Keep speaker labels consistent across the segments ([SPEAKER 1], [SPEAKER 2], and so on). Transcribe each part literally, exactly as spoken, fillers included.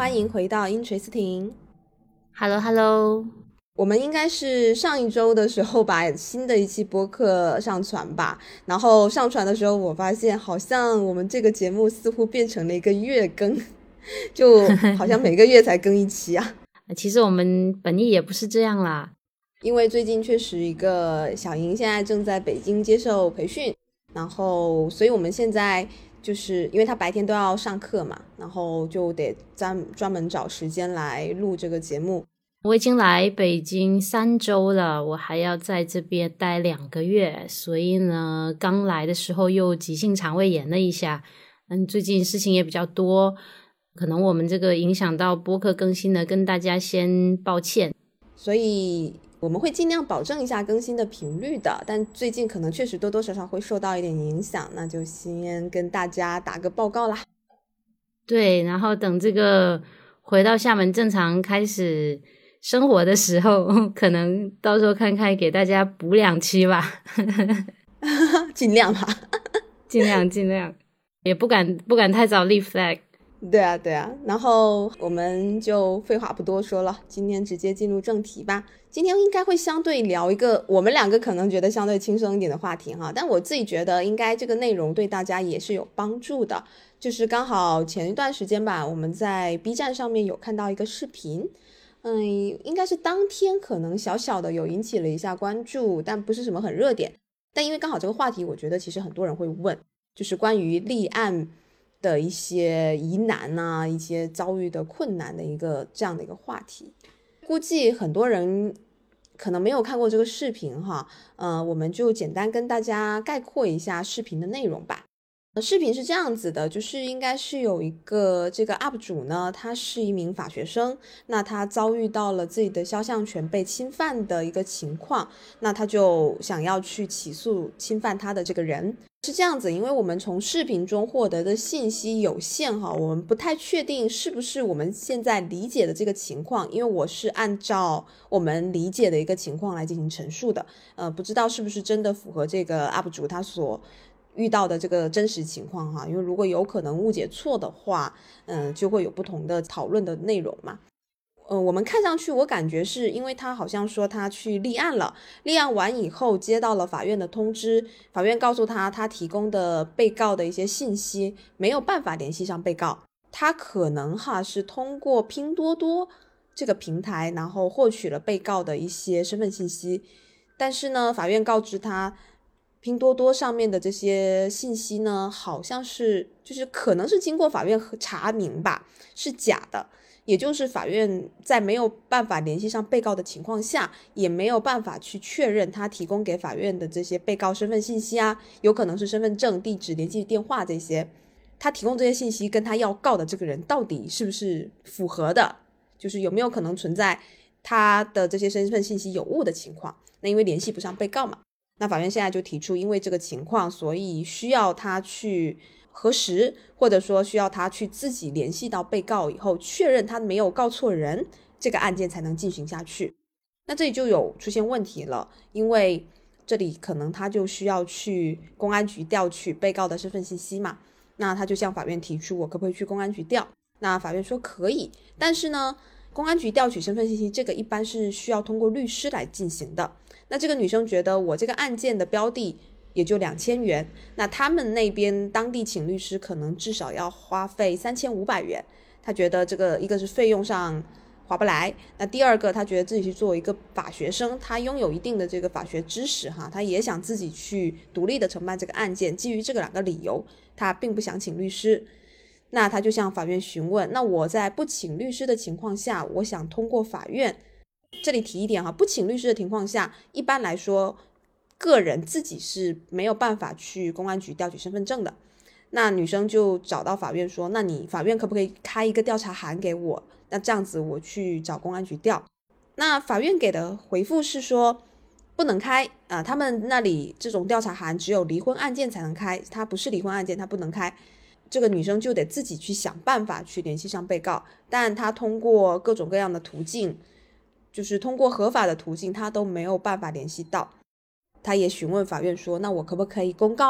[SPEAKER 1] 欢迎回到音锤斯婷。
[SPEAKER 2] Hello Hello，
[SPEAKER 1] 我们应该是上一周的时候把新的一期播客上传吧，然后上传的时候我发现好像我们这个节目似乎变成了一个月更，就好像每个月才更一期啊。
[SPEAKER 2] 其实我们本意也不是这样啦，
[SPEAKER 1] 因为最近确实一个小莹现在正在北京接受培训，然后所以我们现在就是因为他白天都要上课嘛，然后就得专专门找时间来录这个节目。
[SPEAKER 2] 我已经来北京三周了，我还要在这边待两个月，所以呢，刚来的时候又急性肠胃炎了一下，嗯，最近事情也比较多，可能我们这个影响到播客更新的，跟大家先抱歉。
[SPEAKER 1] 所以我们会尽量保证一下更新的频率的，但最近可能确实多多少少会受到一点影响，那就先跟大家打个报告啦。
[SPEAKER 2] 对，然后等这个回到厦门正常开始生活的时候，可能到时候看看给大家补两期吧。
[SPEAKER 1] 尽量吧。
[SPEAKER 2] 尽量尽量，也不敢不敢太早立 flag。
[SPEAKER 1] 对啊对啊，然后我们就废话不多说了，今天直接进入正题吧。今天应该会相对聊一个我们两个可能觉得相对轻松一点的话题哈，但我自己觉得应该这个内容对大家也是有帮助的。就是刚好前一段时间吧，我们在 B 站上面有看到一个视频，嗯，应该是当天可能小小的有引起了一下关注，但不是什么很热点。但因为刚好这个话题我觉得其实很多人会问，就是关于立案的一些疑难啊，一些遭遇的困难的一个这样的一个话题。估计很多人可能没有看过这个视频哈，呃，我们就简单跟大家概括一下视频的内容吧。视频是这样子的，就是应该是有一个这个 U P 主呢，他是一名法学生，那他遭遇到了自己的肖像权被侵犯的一个情况，那他就想要去起诉侵犯他的这个人。是这样子，因为我们从视频中获得的信息有限哈，我们不太确定是不是我们现在理解的这个情况，因为我是按照我们理解的一个情况来进行陈述的，呃，不知道是不是真的符合这个 U P 主他所遇到的这个真实情况哈，因为如果有可能误解错的话，嗯、呃，就会有不同的讨论的内容嘛。呃，我们看上去我感觉是因为他好像说他去立案了，立案完以后接到了法院的通知，法院告诉他他提供的被告的一些信息没有办法联系上被告，他可能哈是通过拼多多这个平台然后获取了被告的一些身份信息，但是呢法院告知他拼多多上面的这些信息呢好像是就是可能是经过法院查明吧是假的，也就是法院在没有办法联系上被告的情况下，也没有办法去确认他提供给法院的这些被告身份信息啊，有可能是身份证、地址、联系电话这些，他提供这些信息跟他要告的这个人到底是不是符合的，就是有没有可能存在他的这些身份信息有误的情况。那因为联系不上被告嘛，那法院现在就提出因为这个情况，所以需要他去核实，或者说需要他去自己联系到被告以后确认他没有告错人，这个案件才能进行下去。那这里就有出现问题了，因为这里可能他就需要去公安局调取被告的身份信息嘛，那他就向法院提出我可不可以去公安局调，那法院说可以，但是呢公安局调取身份信息这个一般是需要通过律师来进行的。那这个女生觉得我这个案件的标的也就两千元，那他们那边当地请律师可能至少要花费三千五百元，他觉得这个一个是费用上划不来，那第二个他觉得自己是作为一个法学生，他拥有一定的这个法学知识哈，他也想自己去独立的承办这个案件，基于这个两个理由他并不想请律师。那他就向法院询问，那我在不请律师的情况下，我想通过法院，这里提一点哈，不请律师的情况下，一般来说个人自己是没有办法去公安局调取身份证的。那女生就找到法院说，那你法院可不可以开一个调查函给我，那这样子我去找公安局调。那法院给的回复是说不能开啊、呃，他们那里这种调查函只有离婚案件才能开，它不是离婚案件它不能开。这个女生就得自己去想办法去联系上被告，但她通过各种各样的途径，就是通过合法的途径她都没有办法联系到。她也询问法院说，那我可不可以公告啊，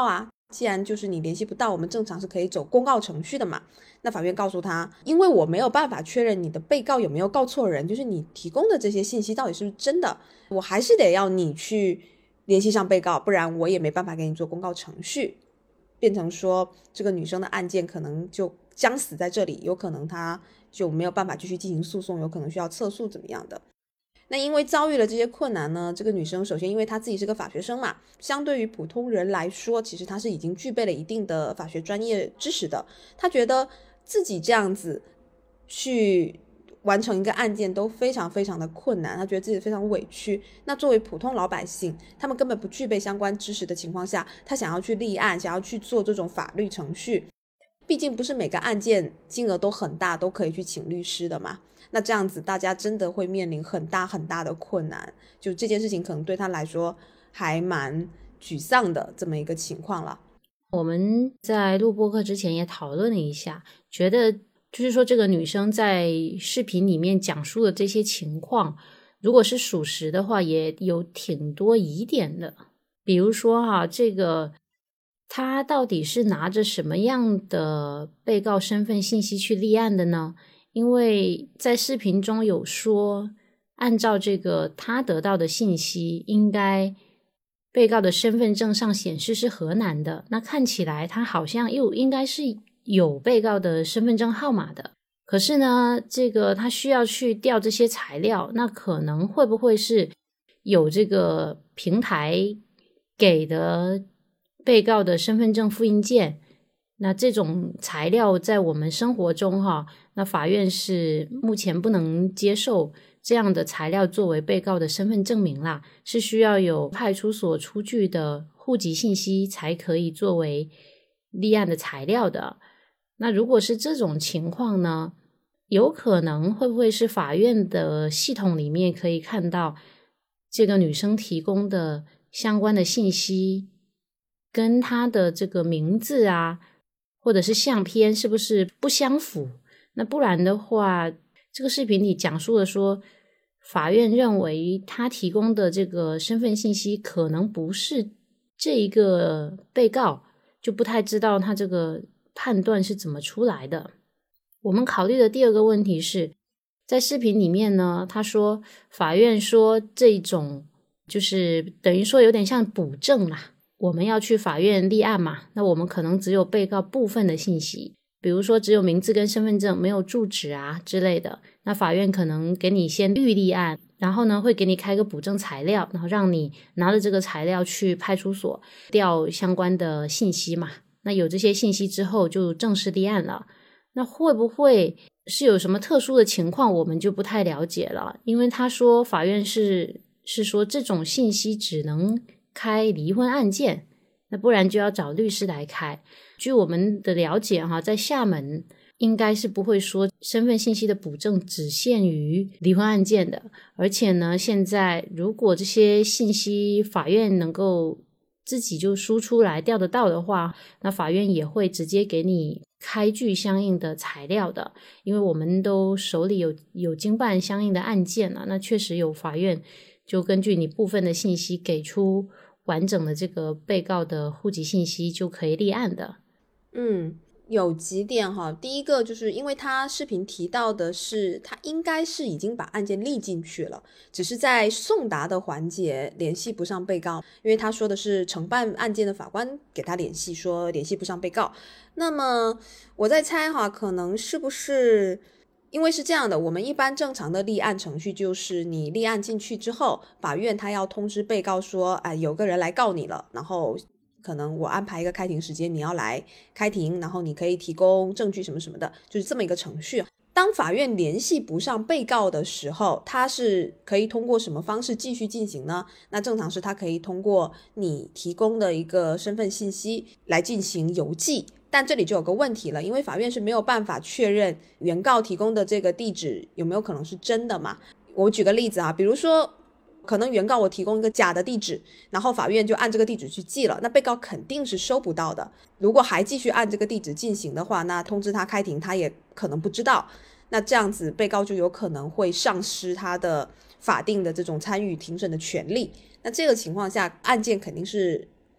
[SPEAKER 1] 既然就是你联系不到，我们正常是可以走公告程序的嘛。那法院告诉他，因为我没有办法确认你的被告有没有告错人，就是你提供的这些信息到底是不是真的，我还是得要你去联系上被告，不然我也没办法给你做公告程序。变成说这个女生的案件可能就僵死在这里，有可能她就没有办法继续进行诉讼，有可能需要撤诉怎么样的。那因为遭遇了这些困难呢，这个女生首先因为她自己是个法学生嘛，相对于普通人来说，其实她是已经具备了一定的法学专业知识的。她觉得自己这样子去完成一个案件都非常非常的困难，她觉得自己非常委屈。那作为普通老百姓，他们根本不具备相关知识的情况下，她想要去立案，想要去做这种法律程序，毕竟不是每个案件金额都很大都可以去请律师的嘛。那这样子大家真的会面临很大很大的困难，就这件事情可能对他来说还蛮沮丧的这么一个情况了。
[SPEAKER 2] 我们在录播课之前也讨论了一下，觉得就是说这个女生在视频里面讲述的这些情况，如果是属实的话，也有挺多疑点的。比如说哈、啊，这个她到底是拿着什么样的被告身份信息去立案的呢？因为在视频中有说，按照这个他得到的信息，应该被告的身份证上显示是河南的，那看起来他好像又应该是有被告的身份证号码的。可是呢，这个他需要去调这些材料，那可能会不会是有这个平台给的被告的身份证复印件？那这种材料在我们生活中哈，那法院是目前不能接受这样的材料作为被告的身份证明啦，是需要有派出所出具的户籍信息才可以作为立案的材料的。那如果是这种情况呢，有可能会不会是法院的系统里面可以看到这个女生提供的相关的信息跟她的这个名字啊或者是相片是不是不相符？那不然的话，这个视频里讲述了说，法院认为他提供的这个身份信息可能不是这一个被告，就不太知道他这个判断是怎么出来的。我们考虑的第二个问题是，在视频里面呢，他说法院说这种就是等于说有点像补证啦，我们要去法院立案嘛，那我们可能只有被告部分的信息，比如说只有名字跟身份证，没有住址啊之类的，那法院可能给你先预立案，然后呢会给你开个补证材料，然后让你拿着这个材料去派出所调相关的信息嘛，那有这些信息之后就正式立案了。那会不会是有什么特殊的情况，我们就不太了解了，因为他说法院是是说这种信息只能开离婚案件，那不然就要找律师来开。据我们的了解哈，在厦门应该是不会说身份信息的补证只限于离婚案件的，而且呢，现在如果这些信息法院能够自己就输出来调得到的话，那法院也会直接给你开具相应的材料的，因为我们都手里有有经办相应的案件了，那确实有法院就根据你部分的信息给出完整的这个被告的户籍信息就可以立案的。
[SPEAKER 1] 嗯，有几点哈，第一个就是因为他视频提到的是他应该是已经把案件立进去了，只是在送达的环节联系不上被告，因为他说的是承办案件的法官给他联系说联系不上被告。那么我在猜哈，可能是不是因为是这样的，我们一般正常的立案程序就是你立案进去之后，法院他要通知被告说哎，有个人来告你了，然后可能我安排一个开庭时间，你要来开庭，然后你可以提供证据什么什么的，就是这么一个程序。当法院联系不上被告的时候，他是可以通过什么方式继续进行呢？那正常是他可以通过你提供的一个身份信息来进行邮寄，但这里就有个问题了，因为法院是没有办法确认原告提供的这个地址有没有可能是真的嘛。我举个例子啊，比如说可能原告我提供一个假的地址，然后法院就按这个地址去寄了，那被告肯定是收不到的。如果还继续按这个地址进行的话，那通知他开庭他也可能不知道，那这样子被告就有可能会丧失他的法定的这种参与庭审的权利。那这个情况下案件肯定是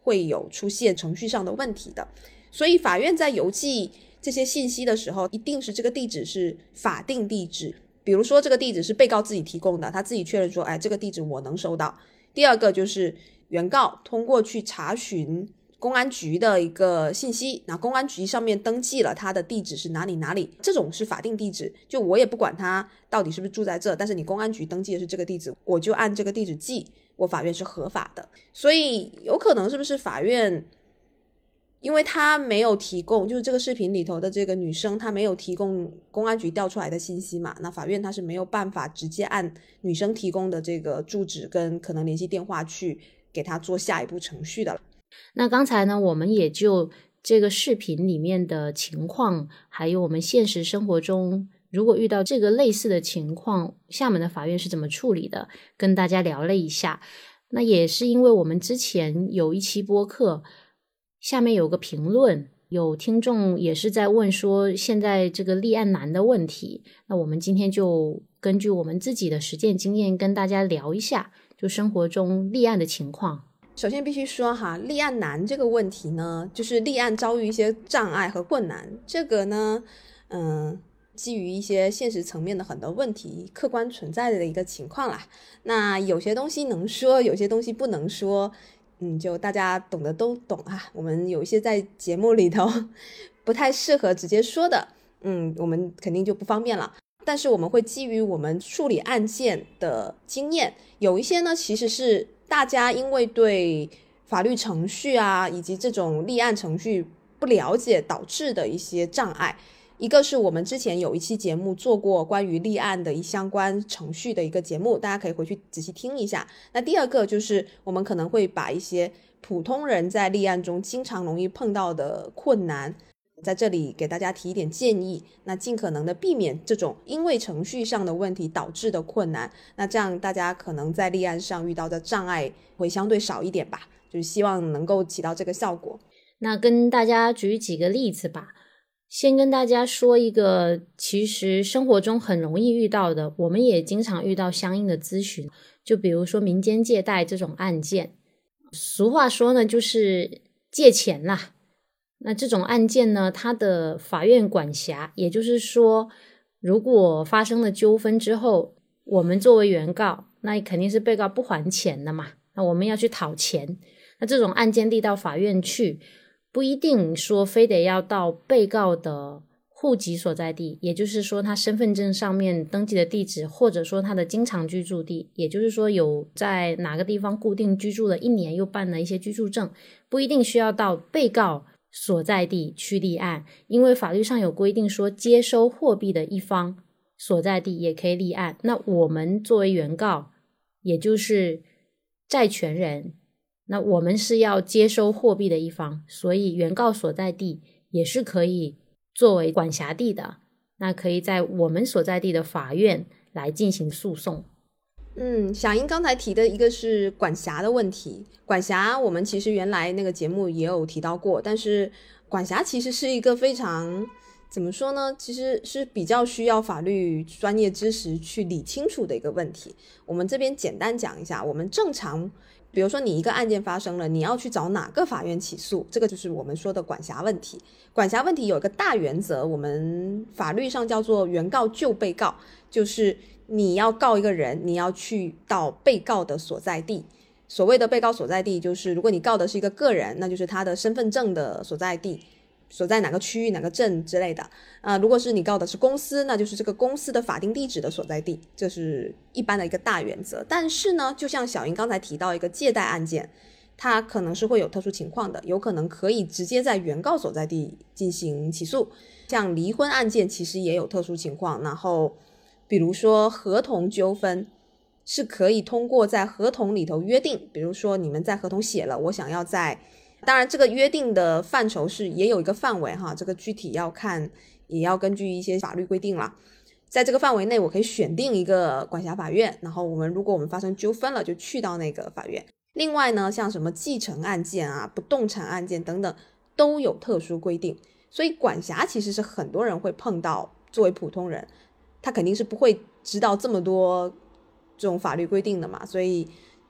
[SPEAKER 1] 会有出现程序上的问题的。所以法院在邮寄这些信息的时候，一定是这个地址是法定地址，比如说这个地址是被告自己提供的，他自己确认说，哎，这个地址我能收到。第二个就是原告通过去查询公安局的一个信息，那公安局上面登记了他的地址是哪里哪里，这种是法定地址，就我也不管他到底是不是住在这，但是你公安局登记的是这个地址，我就按这个地址寄，我法院是合法的。所以有可能是不是法院因为他没有提供，就是这个视频里头的这个女生她没有提供公安局调出来的信息嘛，那法院她是没有办法直接按女生提供的这个住址跟可能联系电话去给她做下一步程序的。
[SPEAKER 2] 那刚才呢，我们也就这个视频里面的情况，还有我们现实生活中如果遇到这个类似的情况，厦门的法院是怎么处理的，跟大家聊了一下。那也是因为我们之前有一期播客，下面有个评论，有听众也是在问说现在这个立案难的问题，那我们今天就根据我们自己的实践经验跟大家聊一下，就生活中立案的情况。
[SPEAKER 1] 首先必须说哈，立案难这个问题呢，就是立案遭遇一些障碍和困难，这个呢嗯，基于一些现实层面的很多问题客观存在的一个情况啦。那有些东西能说，有些东西不能说，嗯，就大家懂得都懂啊。我们有一些在节目里头不太适合直接说的，嗯，我们肯定就不方便了。但是我们会基于我们处理案件的经验，有一些呢其实是大家因为对法律程序啊以及这种立案程序不了解导致的一些障碍。一个是我们之前有一期节目做过关于立案的相关程序的一个节目，大家可以回去仔细听一下。那第二个就是我们可能会把一些普通人在立案中经常容易碰到的困难在这里给大家提一点建议，那尽可能的避免这种因为程序上的问题导致的困难，那这样大家可能在立案上遇到的障碍会相对少一点吧，就是希望能够起到这个效果。
[SPEAKER 2] 那跟大家举几个例子吧。先跟大家说一个其实生活中很容易遇到的，我们也经常遇到相应的咨询，就比如说民间借贷这种案件。俗话说呢，就是借钱啦。那这种案件呢，它的法院管辖，也就是说如果发生了纠纷之后，我们作为原告，那肯定是被告不还钱的嘛，那我们要去讨钱。那这种案件递到法院去，不一定说非得要到被告的户籍所在地，也就是说他身份证上面登记的地址，或者说他的经常居住地，也就是说有在哪个地方固定居住了一年又办了一些居住证，不一定需要到被告所在地去立案，因为法律上有规定说接收货币的一方所在地也可以立案。那我们作为原告，也就是债权人，那我们是要接收货币的一方，所以原告所在地也是可以作为管辖地的，那可以在我们所在地的法院来进行诉讼。
[SPEAKER 1] 嗯，小英刚才提的一个是管辖的问题，管辖我们其实原来那个节目也有提到过，但是管辖其实是一个非常怎么说呢，其实是比较需要法律专业知识去理清楚的一个问题。我们这边简单讲一下，我们正常比如说你一个案件发生了，你要去找哪个法院起诉，这个就是我们说的管辖问题。管辖问题有一个大原则，我们法律上叫做原告救被告，就是你要告一个人，你要去到被告的所在地。所谓的被告所在地，就是如果你告的是一个个人，那就是他的身份证的所在地，所在哪个区域哪个镇之类的。呃，如果是你告的是公司，那就是这个公司的法定地址的所在地，这是一般的一个大原则。但是呢，就像小英刚才提到一个借贷案件，它可能是会有特殊情况的，有可能可以直接在原告所在地进行起诉。像离婚案件其实也有特殊情况，然后比如说合同纠纷是可以通过在合同里头约定，比如说你们在合同写了，我想要在，当然这个约定的范畴是也有一个范围哈，这个具体要看，也要根据一些法律规定啦。在这个范围内我可以选定一个管辖法院，然后我们如果我们发生纠纷了就去到那个法院。另外呢，像什么继承案件啊、不动产案件等等都有特殊规定，所以管辖其实是很多人会碰到，作为普通人他肯定是不会知道这么多这种法律规定的嘛，所以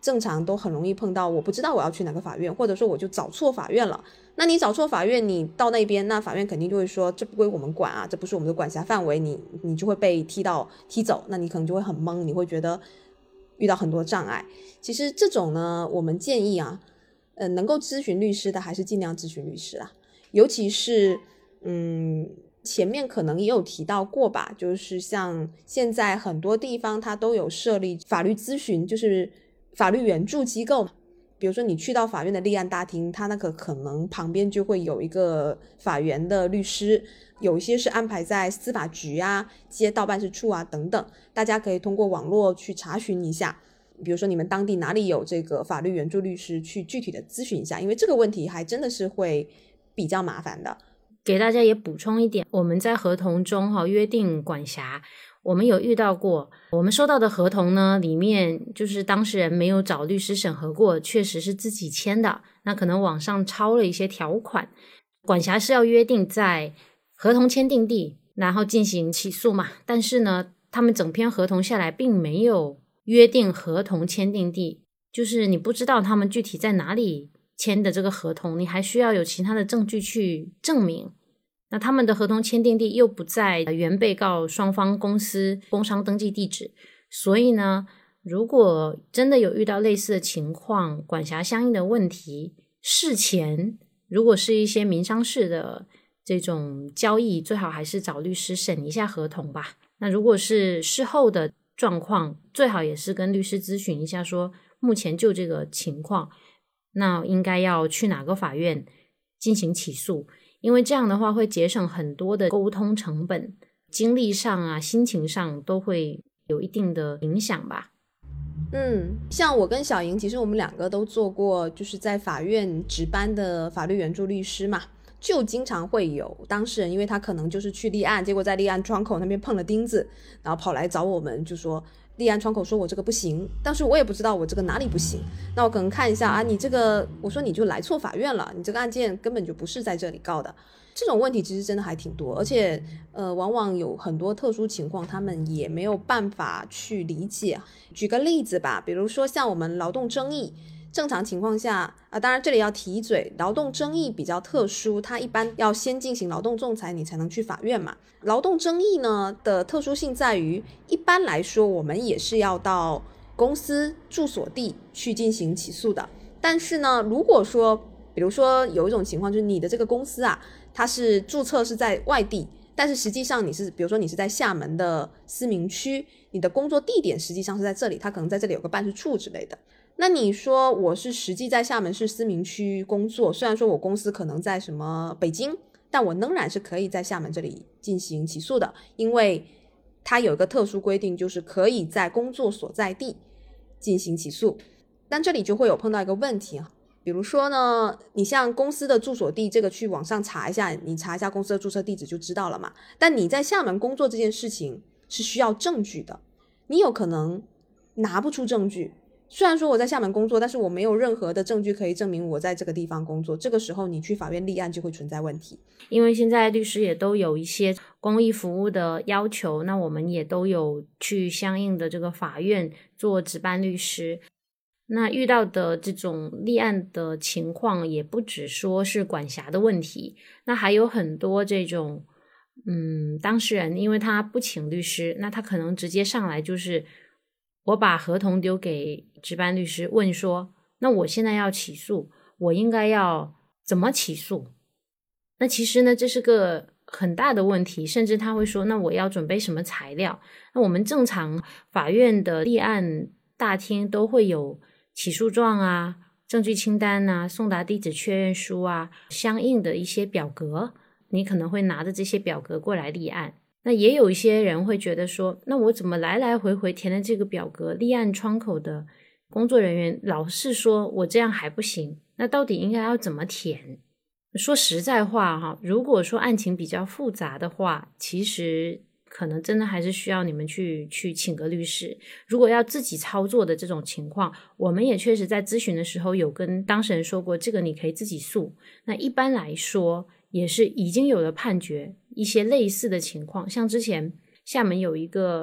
[SPEAKER 1] 正常都很容易碰到我不知道我要去哪个法院，或者说我就找错法院了。那你找错法院，你到那边，那法院肯定就会说这不归我们管啊，这不是我们的管辖范围，你你就会被踢到踢走，那你可能就会很懵，你会觉得遇到很多障碍。其实这种呢，我们建议啊，呃，能够咨询律师的还是尽量咨询律师啦，尤其是嗯。前面可能也有提到过吧，就是像现在很多地方它都有设立法律咨询，就是法律援助机构。比如说你去到法院的立案大厅，它那个可能旁边就会有一个法援的律师，有一些是安排在司法局啊、街道办事处啊等等，大家可以通过网络去查询一下，比如说你们当地哪里有这个法律援助律师，去具体的咨询一下，因为这个问题还真的是会比较麻烦的。
[SPEAKER 2] 给大家也补充一点，我们在合同中哈约定管辖，我们有遇到过，我们收到的合同呢，里面就是当事人没有找律师审核过，确实是自己签的，那可能网上抄了一些条款。管辖是要约定在合同签订地，然后进行起诉嘛，但是呢，他们整篇合同下来并没有约定合同签订地，就是你不知道他们具体在哪里签的这个合同，你还需要有其他的证据去证明。那他们的合同签订地又不在原被告双方公司工商登记地址，所以呢，如果真的有遇到类似的情况，管辖相应的问题，事前如果是一些民商事的这种交易，最好还是找律师审一下合同吧。那如果是事后的状况，最好也是跟律师咨询一下，说目前就这个情况，那应该要去哪个法院进行起诉，因为这样的话会节省很多的沟通成本，精力上啊、心情上都会有一定的影响吧。
[SPEAKER 1] 嗯，像我跟小莹，其实我们两个都做过就是在法院值班的法律援助律师嘛，就经常会有当事人，因为他可能就是去立案，结果在立案窗口那边碰了钉子，然后跑来找我们，就说立案窗口说我这个不行，但是我也不知道我这个哪里不行，那我可能看一下啊，你这个，我说你就来错法院了，你这个案件根本就不是在这里告的。这种问题其实真的还挺多，而且呃，往往有很多特殊情况他们也没有办法去理解。举个例子吧，比如说像我们劳动争议，正常情况下啊，当然这里要提一嘴，劳动争议比较特殊，它一般要先进行劳动仲裁你才能去法院嘛。劳动争议呢的特殊性在于，一般来说我们也是要到公司住所地去进行起诉的，但是呢，如果说比如说有一种情况，就是你的这个公司啊，它是注册是在外地，但是实际上你是比如说你是在厦门的思明区，你的工作地点实际上是在这里，它可能在这里有个办事处之类的。那你说我是实际在厦门市思明区工作，虽然说我公司可能在什么北京，但我仍然是可以在厦门这里进行起诉的，因为它有一个特殊规定，就是可以在工作所在地进行起诉。但这里就会有碰到一个问题啊，比如说呢，你像公司的住所地这个去网上查一下，你查一下公司的注册地址就知道了嘛。但你在厦门工作这件事情是需要证据的，你有可能拿不出证据。虽然说我在厦门工作，但是我没有任何的证据可以证明我在这个地方工作，这个时候你去法院立案就会存在问题。
[SPEAKER 2] 因为现在律师也都有一些公益服务的要求，那我们也都有去相应的这个法院做值班律师。那遇到的这种立案的情况也不只说是管辖的问题，那还有很多这种嗯，当事人因为他不请律师，那他可能直接上来就是我把合同丢给值班律师，问说那我现在要起诉，我应该要怎么起诉？那其实呢，这是个很大的问题，甚至他会说那我要准备什么材料？那我们正常法院的立案大厅都会有起诉状啊、证据清单啊、送达地址确认书啊，相应的一些表格，你可能会拿着这些表格过来立案。那也有一些人会觉得说，那我怎么来来回回填的这个表格，立案窗口的工作人员老是说我这样还不行，那到底应该要怎么填？说实在话哈，如果说案情比较复杂的话，其实可能真的还是需要你们去去请个律师。如果要自己操作的这种情况，我们也确实在咨询的时候有跟当事人说过，这个你可以自己诉。那一般来说也是已经有了判决，一些类似的情况，像之前厦门有一个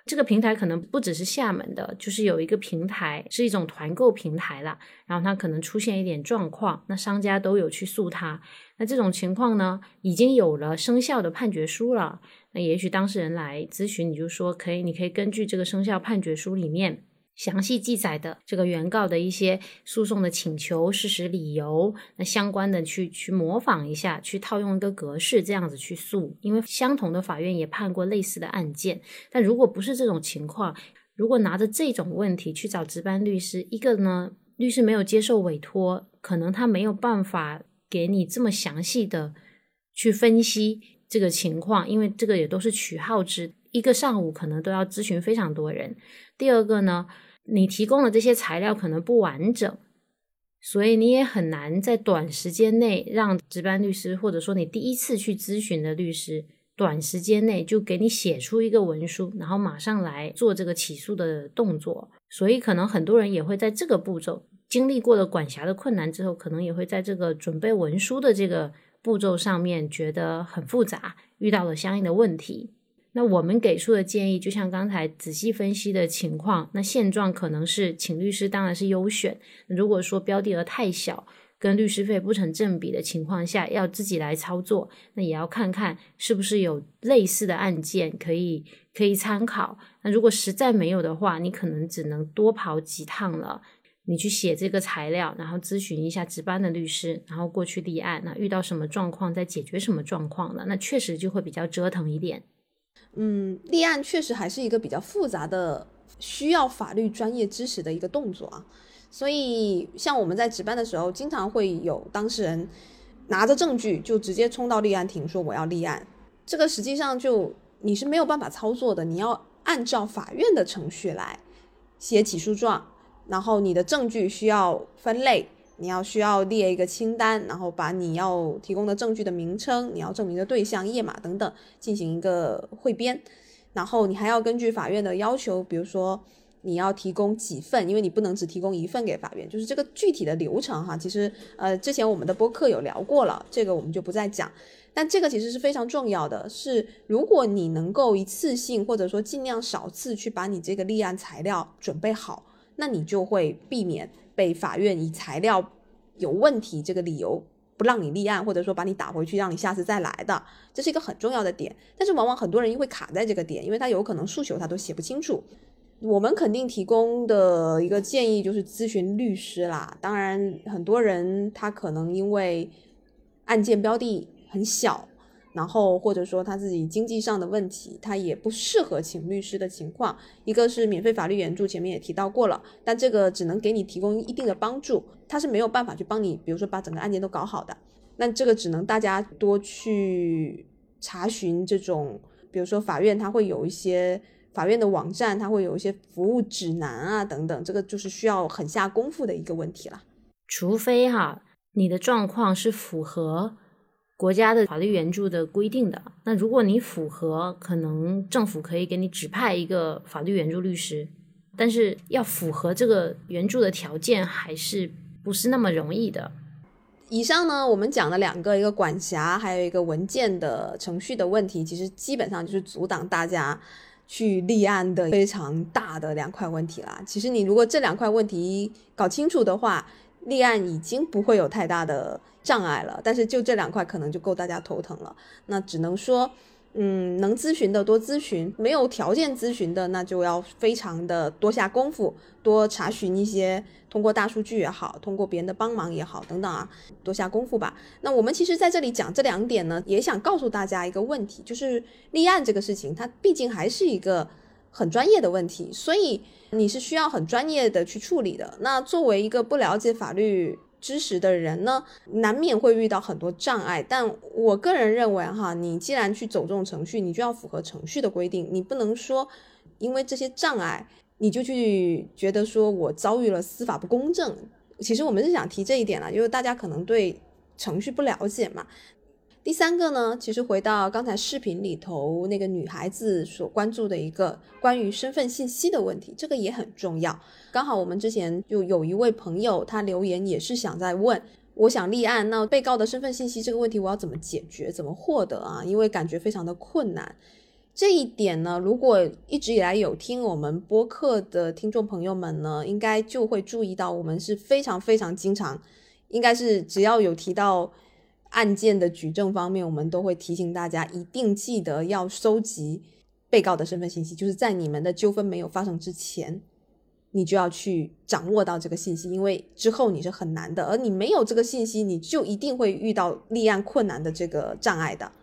[SPEAKER 2] 这个平台可能不只是厦门的，就是有一个平台是一种团购平台啦，然后它可能出现一点状况，那商家都有去诉它，那这种情况呢已经有了生效的判决书了，那也许当事人来咨询，你就说可以，你可以根据这个生效判决书里面详细记载的这个原告的一些诉讼的请求、事实理由，那相关的去去模仿一下，去套用一个格式，这样子去诉。因为相同的法院也判过类似的案件，但如果不是这种情况，如果拿着这种问题去找值班律师，一个呢，律师没有接受委托，可能他没有办法给你这么详细的去分析这个情况，因为这个也都是取号制，一个上午可能都要咨询非常多人。第二个呢，你提供的这些材料可能不完整，所以你也很难在短时间内让值班律师，或者说你第一次去咨询的律师，短时间内就给你写出一个文书，然后马上来做这个起诉的动作。所以可能很多人也会在这个步骤经历过了管辖的困难之后，可能也会在这个准备文书的这个步骤上面觉得很复杂，遇到了相应的问题。那我们给出的建议就像刚才仔细分析的情况，那现状可能是请律师当然是优选，如果说标的额太小，跟律师费不成正比的情况下，要自己来操作，那也要看看是不是有类似的案件可以可以参考。那如果实在没有的话，你可能只能多跑几趟了，你去写这个材料，然后咨询一下值班的律师，然后过去立案，那遇到什么状况再解决什么状况了，那确实就会比较折腾一点。
[SPEAKER 1] 嗯，立案确实还是一个比较复杂的需要法律专业知识的一个动作啊，所以像我们在值班的时候经常会有当事人拿着证据就直接冲到立案庭说我要立案，这个实际上就你是没有办法操作的，你要按照法院的程序来写起诉状，然后你的证据需要分类，你要需要列一个清单，然后把你要提供的证据的名称、你要证明的对象、页码等等进行一个汇编，然后你还要根据法院的要求，比如说你要提供几份，因为你不能只提供一份给法院，就是这个具体的流程哈，其实呃之前我们的播客有聊过了，这个我们就不再讲。但这个其实是非常重要的，是如果你能够一次性或者说尽量少次去把你这个立案材料准备好，那你就会避免被法院以材料有问题这个理由不让你立案，或者说把你打回去让你下次再来的，这是一个很重要的点。但是往往很多人会卡在这个点，因为他有可能诉求他都写不清楚。我们肯定提供的一个建议就是咨询律师啦，当然很多人他可能因为案件标的很小，然后或者说他自己经济上的问题，他也不适合请律师的情况，一个是免费法律援助前面也提到过了，但这个只能给你提供一定的帮助，他是没有办法去帮你比如说把整个案件都搞好的，那这个只能大家多去查询这种，比如说法院他会有一些法院的网站，它会有一些服务指南啊等等，这个就是需要很下功夫的一个问题了。
[SPEAKER 2] 除非哈你的状况是符合国家的法律援助的规定的，那如果你符合，可能政府可以给你指派一个法律援助律师，但是要符合这个援助的条件还是不是那么容易的。
[SPEAKER 1] 以上呢我们讲了两个，一个管辖还有一个文件的程序的问题，其实基本上就是阻挡大家去立案的非常大的两块问题啦。其实你如果这两块问题搞清楚的话，立案已经不会有太大的障碍了，但是就这两块可能就够大家头疼了。那只能说嗯，能咨询的多咨询，没有条件咨询的那就要非常的多下功夫，多查询一些，通过大数据也好，通过别人的帮忙也好等等啊，多下功夫吧。那我们其实在这里讲这两点呢，也想告诉大家一个问题，就是立案这个事情它毕竟还是一个很专业的问题，所以你是需要很专业的去处理的。那作为一个不了解法律知识的人呢，难免会遇到很多障碍，但我个人认为哈，你既然去走这种程序，你就要符合程序的规定，你不能说因为这些障碍你就去觉得说我遭遇了司法不公正。其实我们是想提这一点啦，因为大家可能对程序不了解嘛。第三个呢，其实回到刚才视频里头那个女孩子所关注的一个关于身份信息的问题，这个也很重要。刚好我们之前就有一位朋友他留言也是想在问，我想立案，那被告的身份信息这个问题我要怎么解决怎么获得啊，因为感觉非常的困难。 这一点呢，如果一直以来有听我们播客的听众朋友们呢，应该就会注意到我们是非常非常经常，应该是只要有提到案件的举证方面，我们都会提醒大家一定记得要收集被告的身份信息，就是在你们的纠纷没有发生之前，你就要去掌握到这个信息，因为之后你是很难的，而你没有这个信息，你就一定会遇到立案困难的这个障碍的。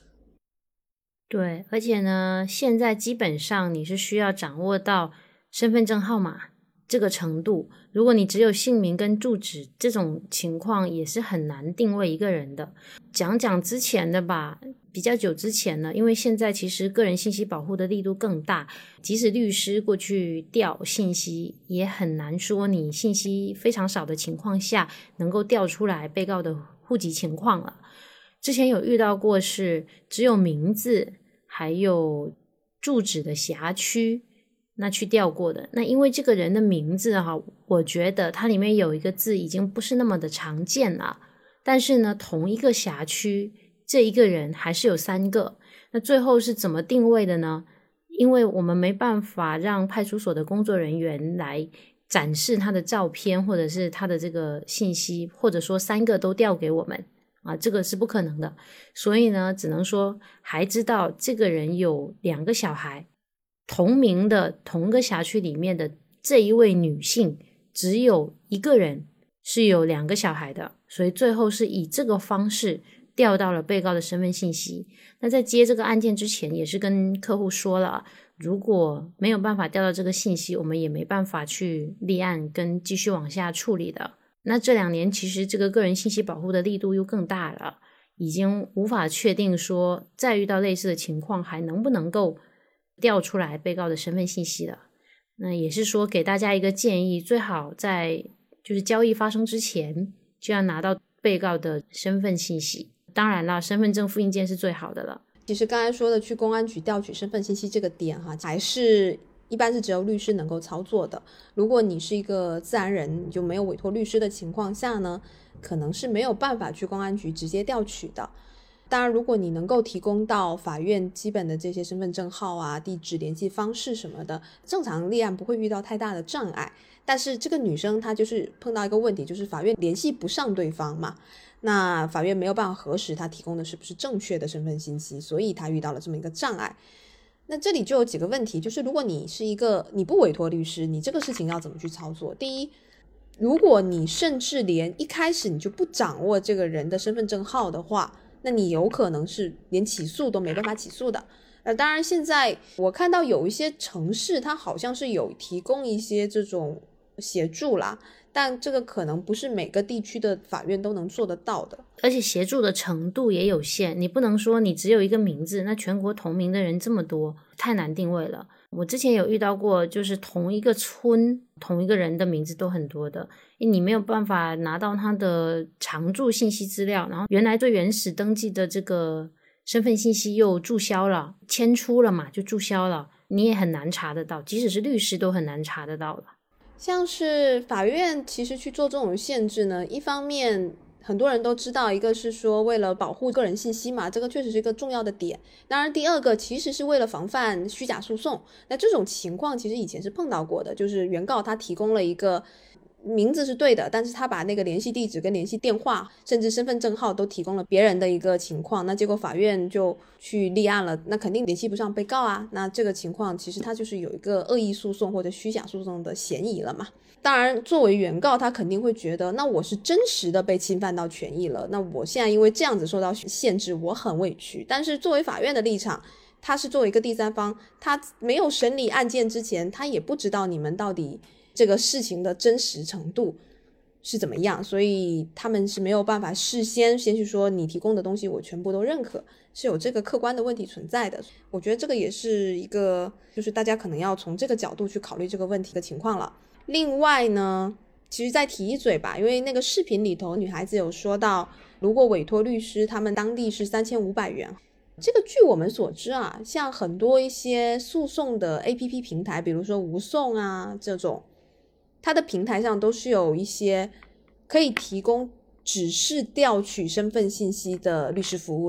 [SPEAKER 2] 对，而且呢，现在基本上你是需要掌握到身份证号码这个程度，如果你只有姓名跟住址，这种情况也是很难定位一个人的。讲讲之前的吧，比较久之前呢，因为现在其实个人信息保护的力度更大，即使律师过去调信息，也很难说你信息非常少的情况下能够调出来被告的户籍情况了。之前有遇到过是只有名字还有住址的辖区那去调过的，那因为这个人的名字哈，我觉得它里面有一个字已经不是那么的常见了，但是呢同一个辖区这一个人还是有三个，那最后是怎么定位的呢？因为我们没办法让派出所的工作人员来展示他的照片或者是他的这个信息，或者说三个都调给我们啊，这个是不可能的，所以呢只能说还知道这个人有两个小孩，同名的同个辖区里面的这一位女性只有一个人是有两个小孩的，所以最后是以这个方式调到了被告的身份信息。那在接这个案件之前也是跟客户说了，如果没有办法调到这个信息，我们也没办法去立案跟继续往下处理的。那这两年其实这个个人信息保护的力度又更大了，已经无法确定说再遇到类似的情况还能不能够调出来被告的身份信息了。那也是说给大家一个建议，最好在就是交易发生之前就要拿到被告的身份信息，当然了身份证复印件是最好的了。
[SPEAKER 1] 其实刚才说的去公安局调取身份信息这个点哈，还是一般是只有律师能够操作的。如果你是一个自然人，你就没有委托律师的情况下呢，可能是没有办法去公安局直接调取的。当然如果你能够提供到法院基本的这些身份证号啊、地址、联系方式什么的，正常立案不会遇到太大的障碍。但是这个女生她就是碰到一个问题，就是法院联系不上对方嘛，那法院没有办法核实她提供的是不是正确的身份信息，所以她遇到了这么一个障碍。那这里就有几个问题，就是如果你是一个你不委托律师，你这个事情要怎么去操作？第一，如果你甚至连一开始你就不掌握这个人的身份证号的话，那你有可能是连起诉都没办法起诉的。呃，当然现在我看到有一些城市它好像是有提供一些这种协助啦，但这个可能不是每个地区的法院都能做得到的，
[SPEAKER 2] 而且协助的程度也有限，你不能说你只有一个名字，那全国同名的人这么多，太难定位了。我之前有遇到过，就是同一个村同一个人的名字都很多的，你没有办法拿到他的常住信息资料，然后原来最原始登记的这个身份信息又注销了，迁出了嘛，就注销了，你也很难查得到，即使是律师都很难查得到了。
[SPEAKER 1] 像是法院其实去做这种限制呢，一方面很多人都知道，一个是说为了保护个人信息嘛，这个确实是一个重要的点。当然第二个其实是为了防范虚假诉讼，那这种情况其实以前是碰到过的，就是原告他提供了一个名字是对的，但是他把那个联系地址跟联系电话甚至身份证号都提供了别人的一个情况，那结果法院就去立案了，那肯定联系不上被告啊，那这个情况其实他就是有一个恶意诉讼或者虚假诉讼的嫌疑了嘛。当然作为原告他肯定会觉得，那我是真实的被侵犯到权益了，那我现在因为这样子受到限制我很委屈，但是作为法院的立场，他是作为一个第三方，他没有审理案件之前他也不知道你们到底这个事情的真实程度是怎么样，所以他们是没有办法事先先去说你提供的东西我全部都认可，是有这个客观的问题存在的。我觉得这个也是一个就是大家可能要从这个角度去考虑这个问题的情况了。另外呢，其实再提一嘴吧，因为那个视频里头女孩子有说到，如果委托律师他们当地是三千五百元，这个据我们所知啊，像很多一些诉讼的 A P P 平台，比如说无讼啊这种，它的平台上都是有一些可以提供只是调取身份信息的律师服务的。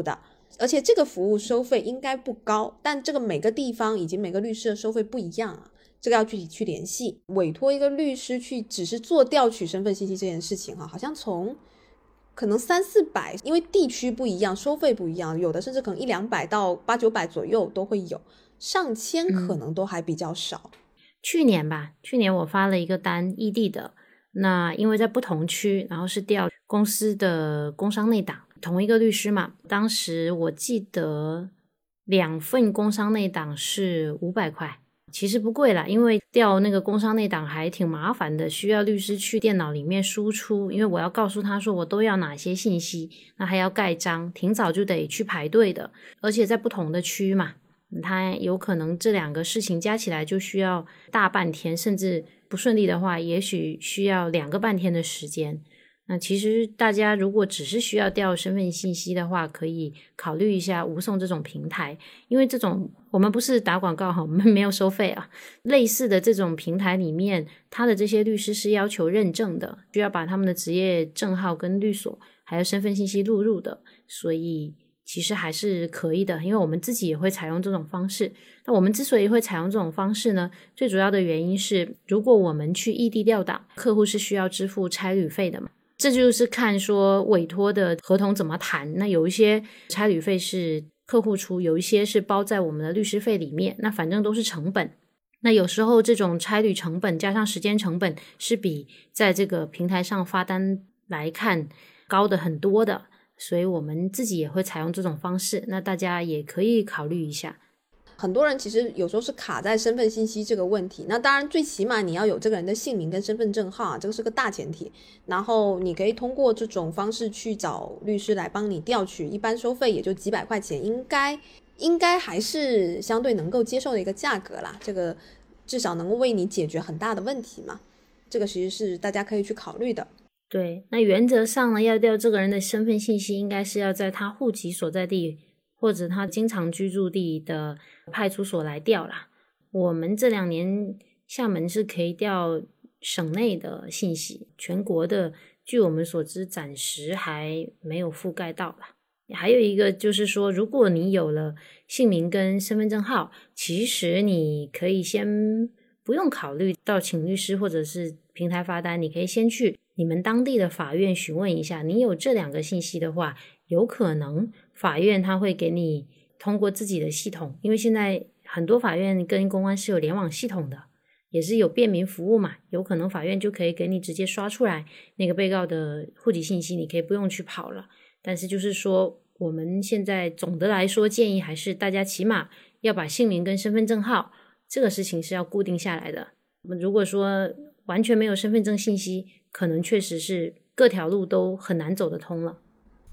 [SPEAKER 1] 而且这个服务收费应该不高，但这个每个地方以及每个律师的收费不一样啊，这个要具体去联系。委托一个律师去只是做调取身份信息这件事情哈、啊，好像从可能三四百，因为地区不一样，收费不一样，有的甚至可能一两百到八九百左右都会有，上千可能都还比较少。
[SPEAKER 2] 嗯、去年吧，去年我发了一个单，异地的，那因为在不同区，然后是调公司的工商内档，同一个律师嘛，当时我记得两份工商内档是五百块。其实不贵啦，因为调那个工商内档还挺麻烦的，需要律师去电脑里面输出，因为我要告诉他说我都要哪些信息，那还要盖章，挺早就得去排队的，而且在不同的区嘛，他有可能这两个事情加起来就需要大半天，甚至不顺利的话也许需要两个半天的时间。那其实大家如果只是需要调身份信息的话，可以考虑一下无送这种平台，因为这种我们不是打广告，我们没有收费啊。类似的这种平台里面，他的这些律师是要求认证的，需要把他们的职业证号跟律所还有身份信息录入的，所以其实还是可以的，因为我们自己也会采用这种方式。那我们之所以会采用这种方式呢，最主要的原因是，如果我们去异地调档，客户是需要支付差旅费的嘛。这就是看说委托的合同怎么谈，那有一些差旅费是客户出，有一些是包在我们的律师费里面，那反正都是成本。那有时候这种差旅成本加上时间成本是比在这个平台上发单来看高的很多的，所以我们自己也会采用这种方式，那大家也可以考虑一下。
[SPEAKER 1] 很多人其实有时候是卡在身份信息这个问题，那当然最起码你要有这个人的姓名跟身份证号、啊、这个是个大前提，然后你可以通过这种方式去找律师来帮你调取，一般收费也就几百块钱，应该应该还是相对能够接受的一个价格啦，这个至少能够为你解决很大的问题嘛，这个其实是大家可以去考虑的。
[SPEAKER 2] 对，那原则上呢，要调这个人的身份信息应该是要在他户籍所在地或者他经常居住地的派出所来调啦。我们这两年厦门是可以调省内的信息，全国的据我们所知暂时还没有覆盖到啦。还有一个就是说，如果你有了姓名跟身份证号，其实你可以先不用考虑到请律师或者是平台发单，你可以先去你们当地的法院询问一下，你有这两个信息的话，有可能法院他会给你通过自己的系统，因为现在很多法院跟公安是有联网系统的，也是有便民服务嘛，有可能法院就可以给你直接刷出来那个被告的户籍信息，你可以不用去跑了。但是就是说我们现在总的来说建议还是大家起码要把姓名跟身份证号这个事情是要固定下来的。如果说完全没有身份证信息，可能确实是各条路都很难走得通了。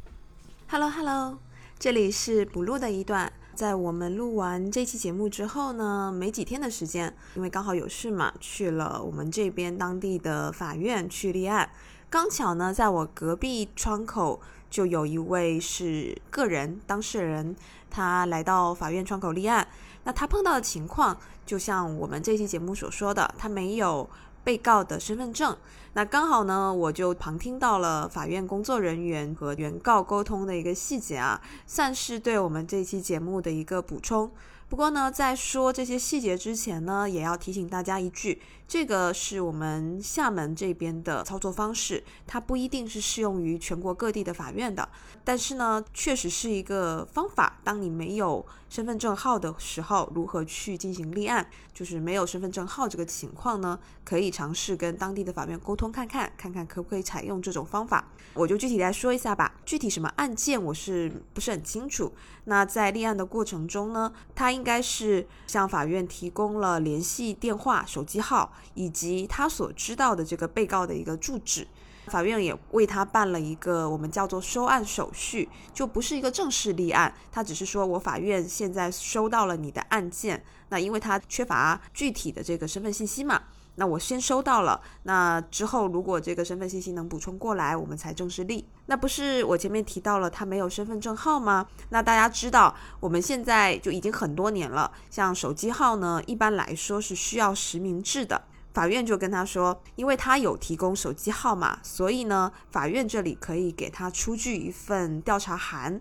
[SPEAKER 1] Hello Hello， 这里是补录的一段。在我们录完这期节目之后呢，没几天的时间，因为刚好有事嘛，去了我们这边当地的法院去立案。刚巧呢，在我隔壁窗口就有一位是个人当事人，他来到法院窗口立案。那他碰到的情况就像我们这期节目所说的，他没有被告的身份证。那刚好呢，我就旁听到了法院工作人员和原告沟通的一个细节啊，算是对我们这期节目的一个补充。不过呢，在说这些细节之前呢，也要提醒大家一句，这个是我们厦门这边的操作方式，它不一定是适用于全国各地的法院的，但是呢，确实是一个方法。当你没有身份证号的时候，如何去进行立案，就是没有身份证号这个情况呢，可以尝试跟当地的法院沟通看看，看看可不可以采用这种方法。我就具体来说一下吧，具体什么案件我是不是很清楚。那在立案的过程中呢，他应该是向法院提供了联系电话、手机号以及他所知道的这个被告的一个住址。法院也为他办了一个我们叫做收案手续，就不是一个正式立案，他只是说我法院现在收到了你的案件，那因为他缺乏具体的这个身份信息嘛，那我先收到了，那之后如果这个身份信息能补充过来，我们才正式立。那不是我前面提到了他没有身份证号吗？那大家知道我们现在就已经很多年了，像手机号呢，一般来说是需要实名制的。法院就跟他说，因为他有提供手机号码，所以呢，法院这里可以给他出具一份调查函，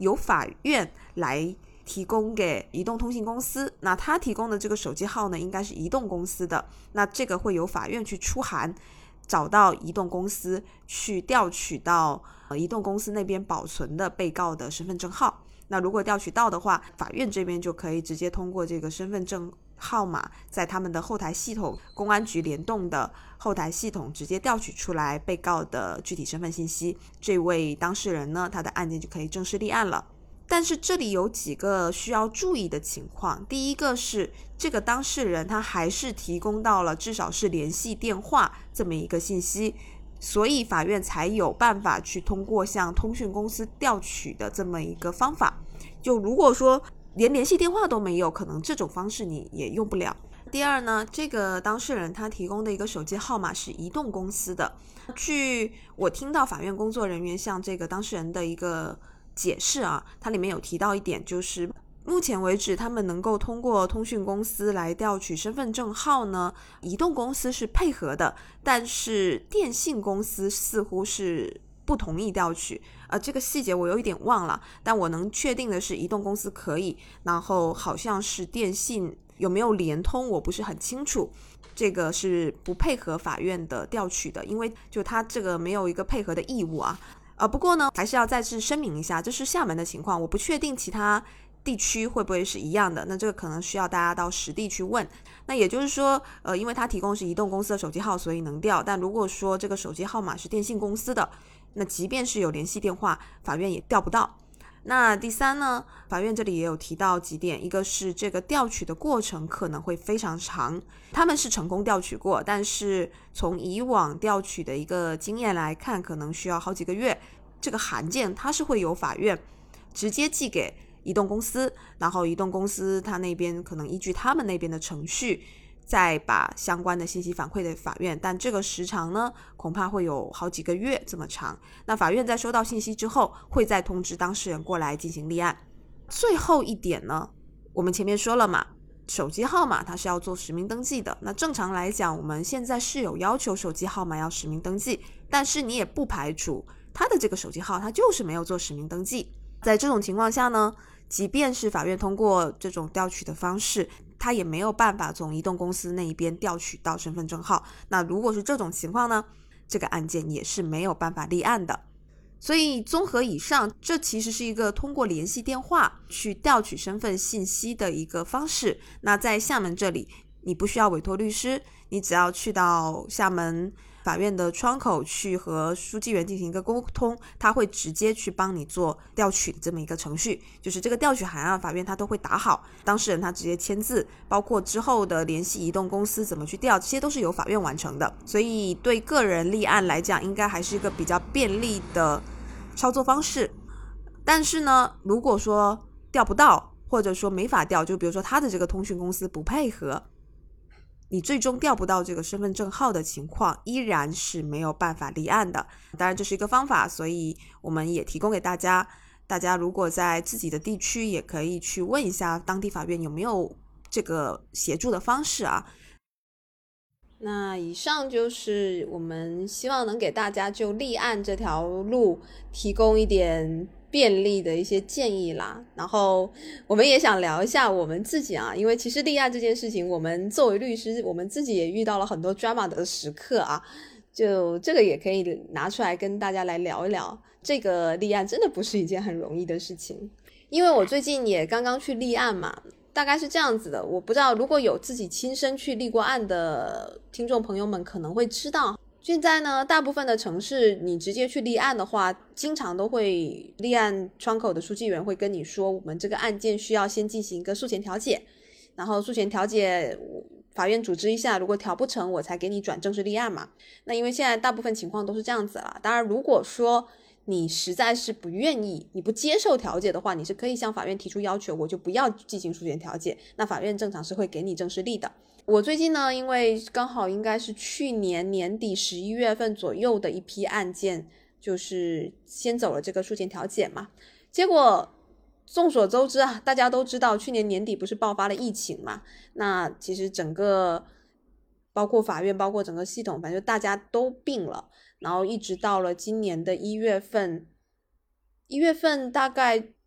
[SPEAKER 3] 由法院来提供给移动通信公司，那他提供的这个手机号呢，应该是移动公司的，那这个会由法院去出函找到移动公司，去调取到、呃、移动公司那边保存的被告的身份证号。那如果调取到的话，法院这边就可以直接通过这个身份证号码，在他们的后台系统，公安局联动的后台系统直接调取出来被告的具体身份信息，这位当事人呢，他的案件就可以正式立案了。但是这里有几个需要注意的情况，第一个是这个当事人他还是提供到了至少是联系电话这么一个信息，所以法院才有办法去通过向通讯公司调取的这么一个方法。就如果说连联系电话都没有，可能这种方式你也用不了。第二呢，这个当事人他提供的一个手机号码是移动公司的，据我听到法院工作人员向这个当事人的一个解释啊，它里面有提到一点，就是目前为止他们能够通过通讯公司来调取身份证号呢，移动公司是配合的，但是电信公司似乎是不同意调取，呃，这个细节我有一点忘了，但我能确定的是移动公司可以，然后好像是电信有没有联通我不是很清楚，这个是不配合法院的调取的，因为就他这个没有一个配合的义务啊。呃，不过呢，还是要再次声明一下，这是厦门的情况，我不确定其他地区会不会是一样的，那这个可能需要大家到实地去问。那也就是说，呃，因为他提供是移动公司的手机号，所以能调，但如果说这个手机号码是电信公司的，那即便是有联系电话，法院也调不到。那第三呢，法院这里也有提到几点，一个是这个调取的过程可能会非常长，他们是成功调取过，但是从以往调取的一个经验来看，可能需要好几个月。这个函件它是会由法院直接寄给移动公司，然后移动公司它那边可能依据他们那边的程序再把相关的信息反馈给法院，但这个时长呢恐怕会有好几个月这么长。那法院在收到信息之后会再通知当事人过来进行立案。最后一点呢，我们前面说了嘛，手机号码它是要做实名登记的，那正常来讲我们现在是有要求手机号码要实名登记，但是你也不排除他的这个手机号他就是没有做实名登记。在这种情况下呢，即便是法院通过这种调取的方式，他也没有办法从移动公司那一边调取到身份证号，那如果是这种情况呢，这个案件也是没有办法立案的。所以综合以上，这其实是一个通过联系电话去调取身份信息的一个方式。那在厦门这里，你不需要委托律师，你只要去到厦门法院的窗口去和书记员进行一个沟通，他会直接去帮你做调取的这么一个程序，就是这个调取函啊，法院他都会打好，当事人他直接签字，包括之后的联系移动公司怎么去调，这些都是由法院完成的。所以对个人立案来讲，应该还是一个比较便利的操作方式。但是呢，如果说调不到，或者说没法调，就比如说他的这个通讯公司不配合，你最终调不到这个身份证号的情况，依然是没有办法立案的。当然这是一个方法，所以我们也提供给大家，大家如果在自己的地区也可以去问一下当地法院有没有这个协助的方式啊。
[SPEAKER 1] 那以上就是我们希望能给大家就立案这条路提供一点便利的一些建议啦。然后我们也想聊一下我们自己啊，因为其实立案这件事情，我们作为律师，我们自己也遇到了很多 drama 的时刻啊，就这个也可以拿出来跟大家来聊一聊。这个立案真的不是一件很容易的事情，因为我最近也刚刚去立案嘛，大概是这样子的，我不知道如果有自己亲身去立过案的听众朋友们可能会知道，现在呢大部分的城市你直接去立案的话，经常都会立案窗口的书记员会跟你说，我们这个案件需要先进行一个诉前调解，然后诉前调解法院组织一下，如果调不成我才给你转正式立案嘛。那因为现在大部分情况都是这样子啦，当然如果说你实在是不愿意，你不接受调解的话，你是可以向法院提出要求，我就不要进行诉前调解，那法院正常是会给你正式立的。我最近呢，因为刚好应该是去年年底十一月份左右的一批案件，就是先走了这个诉前调解嘛，结果众所周知啊，大家都知道去年年底不是爆发了疫情嘛，那其实整个包括法院包括整个系统，反正大家都病了，然后一直到了今年的一月份一月份大概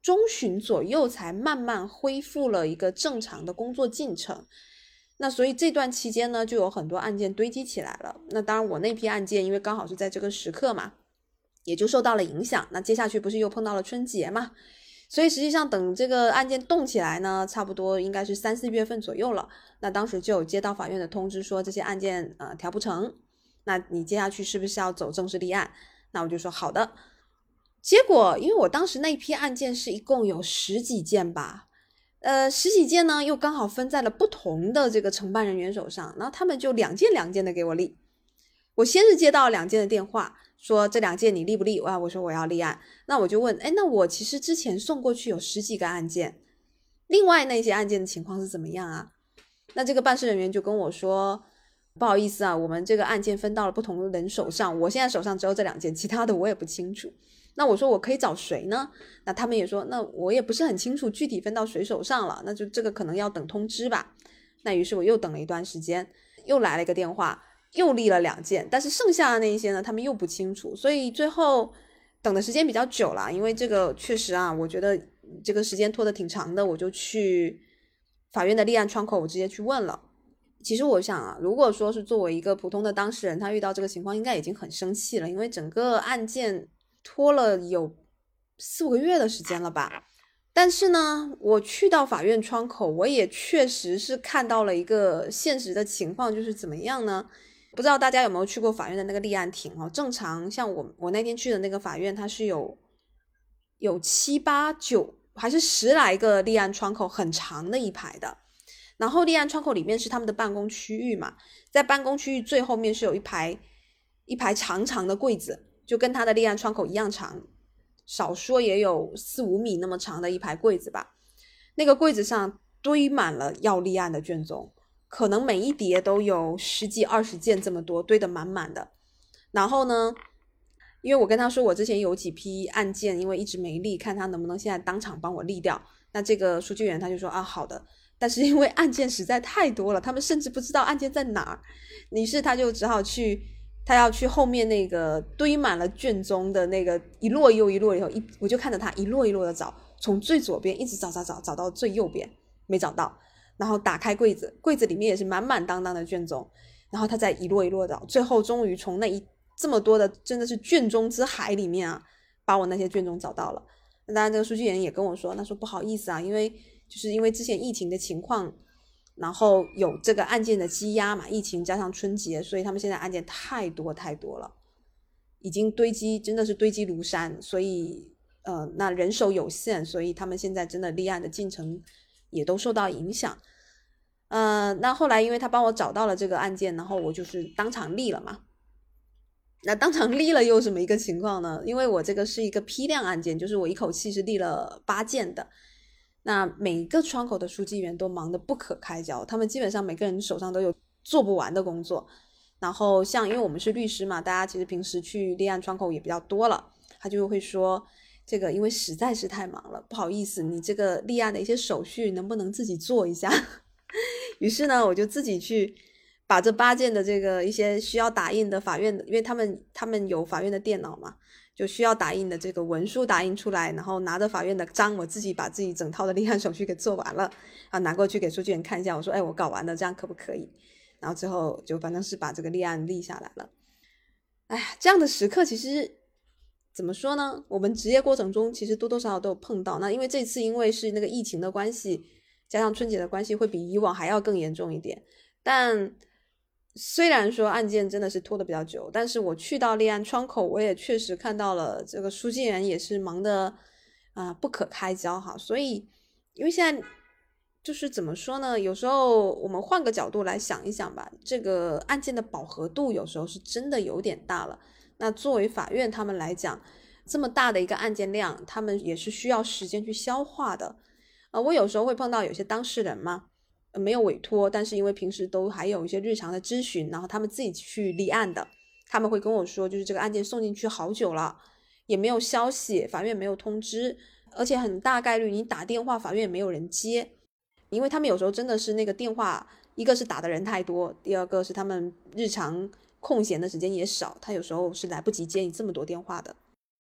[SPEAKER 1] 中旬左右才慢慢恢复了一个正常的工作进程。那所以这段期间呢，就有很多案件堆积起来了。那当然我那批案件因为刚好是在这个时刻嘛，也就受到了影响。那接下去不是又碰到了春节嘛，所以实际上等这个案件动起来呢，差不多应该是三四月份左右了。那当时就有接到法院的通知说这些案件呃调不成，那你接下去是不是要走正式立案？那我就说好的。结果因为我当时那批案件是一共有十几件吧，呃，十几件呢又刚好分在了不同的这个承办人员手上，然后他们就两件两件的给我立。我先是接到两件的电话，说这两件你立不立？哇，我说我要立案。那我就问，哎，那我其实之前送过去有十几个案件，另外那些案件的情况是怎么样啊？那这个办事人员就跟我说，不好意思啊，我们这个案件分到了不同的人手上，我现在手上只有这两件，其他的我也不清楚。那我说我可以找谁呢？那他们也说，那我也不是很清楚具体分到谁手上了，那就这个可能要等通知吧。那于是我又等了一段时间，又来了一个电话，又立了两件，但是剩下的那一些呢，他们又不清楚，所以最后等的时间比较久了。因为这个确实啊，我觉得这个时间拖得挺长的，我就去法院的立案窗口，我直接去问了。其实我想啊，如果说是作为一个普通的当事人，他遇到这个情况应该已经很生气了，因为整个案件拖了有四五个月的时间了吧。但是呢，我去到法院窗口，我也确实是看到了一个现实的情况，就是怎么样呢？不知道大家有没有去过法院的那个立案庭哦？正常像我我那天去的那个法院，它是有有七八九还是十来个立案窗口，很长的一排的。然后立案窗口里面是他们的办公区域嘛，在办公区域最后面是有一排一排长长的柜子，就跟他的立案窗口一样长，少说也有四五米那么长的一排柜子吧。那个柜子上堆满了要立案的卷宗，可能每一叠都有十几二十件这么多，堆得满满的。然后呢，因为我跟他说我之前有几批案件因为一直没立，看他能不能现在当场帮我立掉。那这个书记员他就说啊好的，但是因为案件实在太多了，他们甚至不知道案件在哪儿，于是他就只好去他要去后面那个堆满了卷宗的那个一摞又一摞以后，一我就看着他一摞一摞的找，从最左边一直找找找找到最右边没找到，然后打开柜子，柜子里面也是满满当当的卷宗，然后他再一摞一摞找，最后终于从那一这么多的真的是卷宗之海里面啊，把我那些卷宗找到了。那当然这个书记员也跟我说，他说不好意思啊，因为就是因为之前疫情的情况，然后有这个案件的积压嘛，疫情加上春节，所以他们现在案件太多太多了，已经堆积真的是堆积如山，所以呃，那人手有限，所以他们现在真的立案的进程也都受到影响。呃，那后来因为他帮我找到了这个案件，然后我就是当场立了嘛。那当场立了又什么一个情况呢？因为我这个是一个批量案件，就是我一口气是立了八件的。那每一个窗口的书记员都忙得不可开交，他们基本上每个人手上都有做不完的工作。然后像因为我们是律师嘛，大家其实平时去立案窗口也比较多了，他就会说这个因为实在是太忙了，不好意思，你这个立案的一些手续能不能自己做一下？于是呢，我就自己去把这八件的这个一些需要打印的法院的，因为他们他们有法院的电脑嘛，就需要打印的这个文书打印出来，然后拿着法院的章，我自己把自己整套的立案手续给做完了，啊，拿过去给书记员看一下，我说，哎，我搞完了，这样可不可以？然后最后就反正是把这个立案立下来了。哎呀，这样的时刻其实怎么说呢？我们职业过程中其实多多少少都有碰到。那因为这次因为是那个疫情的关系，加上春节的关系，会比以往还要更严重一点。但虽然说案件真的是拖得比较久，但是我去到立案窗口，我也确实看到了这个书记员也是忙得啊、呃、不可开交哈。所以因为现在就是怎么说呢，有时候我们换个角度来想一想吧，这个案件的饱和度有时候是真的有点大了。那作为法院他们来讲，这么大的一个案件量，他们也是需要时间去消化的。呃，我有时候会碰到有些当事人嘛，呃、没有委托，但是因为平时都还有一些日常的咨询，然后他们自己去立案的，他们会跟我说，就是这个案件送进去好久了，也没有消息，法院没有通知，而且很大概率你打电话法院也没有人接，因为他们有时候真的是那个电话，一个是打的人太多，第二个是他们日常空闲的时间也少，他有时候是来不及接你这么多电话的。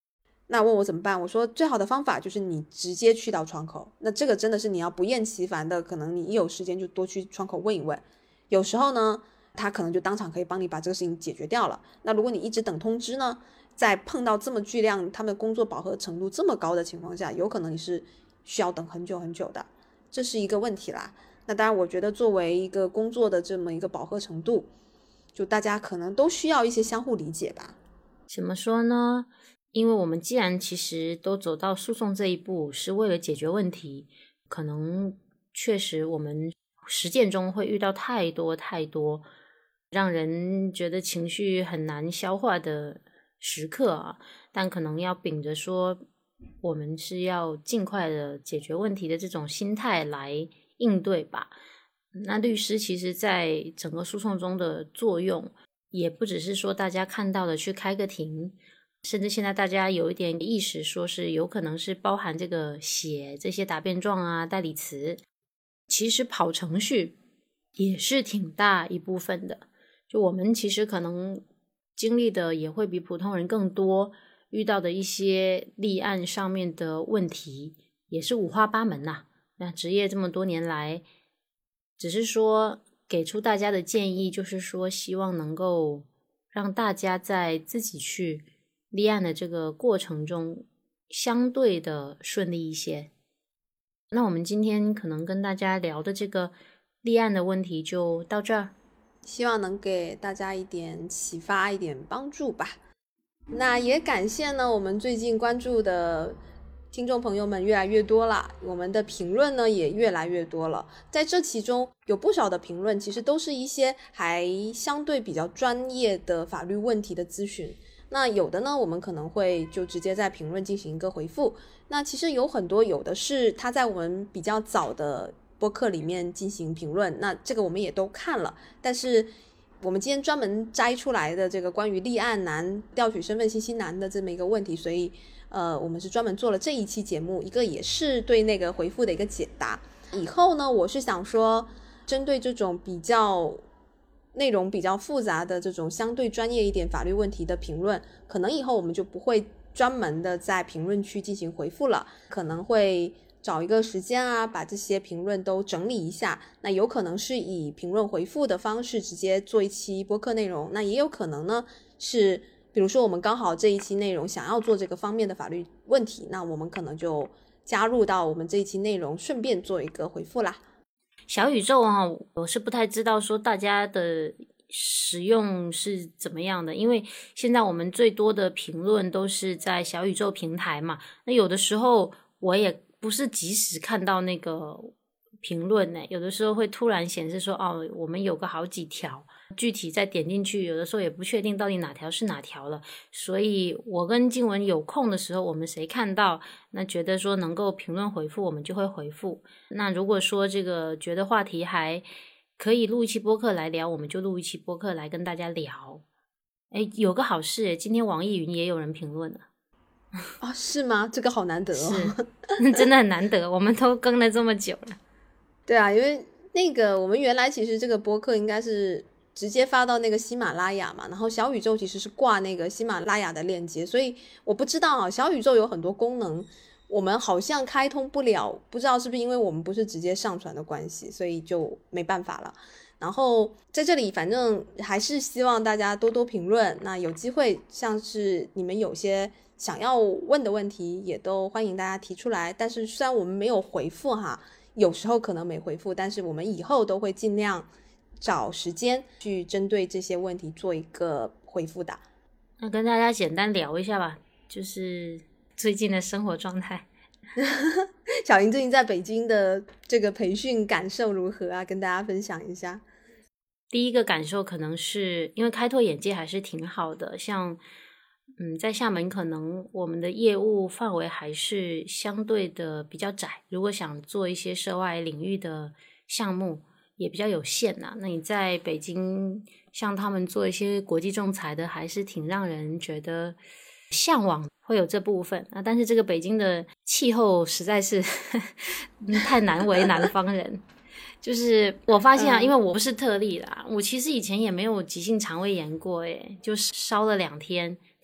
[SPEAKER 1] 那问我怎么办，我说最好的方法就是你直接去到窗口，那这个真的是你要不厌其烦的，可能你一有时间就多去窗口问一问，有时候呢他可能就当场可以帮你把这个事情解决掉了。那如果你一直等通知呢，在碰到这么巨量他们工作饱和程度这么高的情况下，有可能你是需要等很久很久的，这是一个问题啦。那当然我觉得作为一个工作的这么一个饱和程度，就大家可能都需要一些相互理解吧。
[SPEAKER 2] 怎么说呢，因为我们既然其实都走到诉讼这一步是为了解决问题，可能确实我们实践中会遇到太多太多让人觉得情绪很难消化的时刻啊，但可能要秉着说我们是要尽快的解决问题的这种心态来应对吧。那律师其实在整个诉讼中的作用也不只是说大家看到的去开个庭，甚至现在大家有一点意识说是有可能是包含这个写这些答辩状啊、代理词，其实跑程序也是挺大一部分的。就我们其实可能经历的也会比普通人更多，遇到的一些立案上面的问题也是五花八门呐、啊。那职业这么多年来，只是说给出大家的建议，就是说希望能够让大家在自己去立案的这个过程中相对的顺利一些。那我们今天可能跟大家聊的这个立案的问题就到这儿，
[SPEAKER 1] 希望能给大家一点启发，一点帮助吧。那也感谢呢我们最近关注的听众朋友们越来越多了，我们的评论呢也越来越多了。在这其中有不少的评论其实都是一些还相对比较专业的法律问题的咨询，那有的呢我们可能会就直接在评论进行一个回复，那其实有很多有的是他在我们比较早的播客里面进行评论，那这个我们也都看了，但是我们今天专门摘出来的这个关于立案难、调取身份信息难的这么一个问题，所以呃，我们是专门做了这一期节目，一个也是对那个回复的一个解答。以后呢，我是想说针对这种比较内容比较复杂的这种相对专业一点法律问题的评论，可能以后我们就不会专门的在评论区进行回复了，可能会找一个时间啊，把这些评论都整理一下，那有可能是以评论回复的方式直接做一期播客内容，那也有可能呢是比如说我们刚好这一期内容想要做这个方面的法律问题，那我们可能就加入到我们这一期内容，顺便做一个回复啦。
[SPEAKER 2] 小宇宙啊，我是不太知道说大家的使用是怎么样的，因为现在我们最多的评论都是在小宇宙平台嘛，那有的时候我也不是及时看到那个评论呢，有的时候会突然显示说哦，我们有个好几条，具体再点进去有的时候也不确定到底哪条是哪条了，所以我跟静文有空的时候，我们谁看到那觉得说能够评论回复我们就会回复，那如果说这个觉得话题还可以录一期播客来聊，我们就录一期播客来跟大家聊。诶，有个好事，今天网易云也有人评论了
[SPEAKER 1] 啊、哦，是吗？这个好难得哦，
[SPEAKER 2] 是真的很难得，我们都更了这么久了。
[SPEAKER 1] 对啊，因为那个我们原来其实这个播客应该是直接发到那个喜马拉雅嘛，然后小宇宙其实是挂那个喜马拉雅的链接，所以我不知道啊，小宇宙有很多功能我们好像开通不了，不知道是不是因为我们不是直接上传的关系，所以就没办法了。然后在这里反正还是希望大家多多评论，那有机会像是你们有些想要问的问题也都欢迎大家提出来，但是虽然我们没有回复哈，有时候可能没回复，但是我们以后都会尽量找时间去针对这些问题做一个回复的。
[SPEAKER 2] 那跟大家简单聊一下吧，就是最近的生活状态。
[SPEAKER 1] 小林最近在北京的这个培训感受如何啊？跟大家分享一下。
[SPEAKER 2] 第一个感受可能是因为开拓眼界还是挺好的，像嗯，在厦门可能我们的业务范围还是相对的比较窄，如果想做一些涉外领域的项目也比较有限啊。那你在北京像他们做一些国际仲裁的，还是挺让人觉得向往，会有这部分啊。但是这个北京的气候实在是太难为南方人。就是我发现啊，因为我不是特例啦，我其实以前也没有急性肠胃炎过，诶，就烧了两天，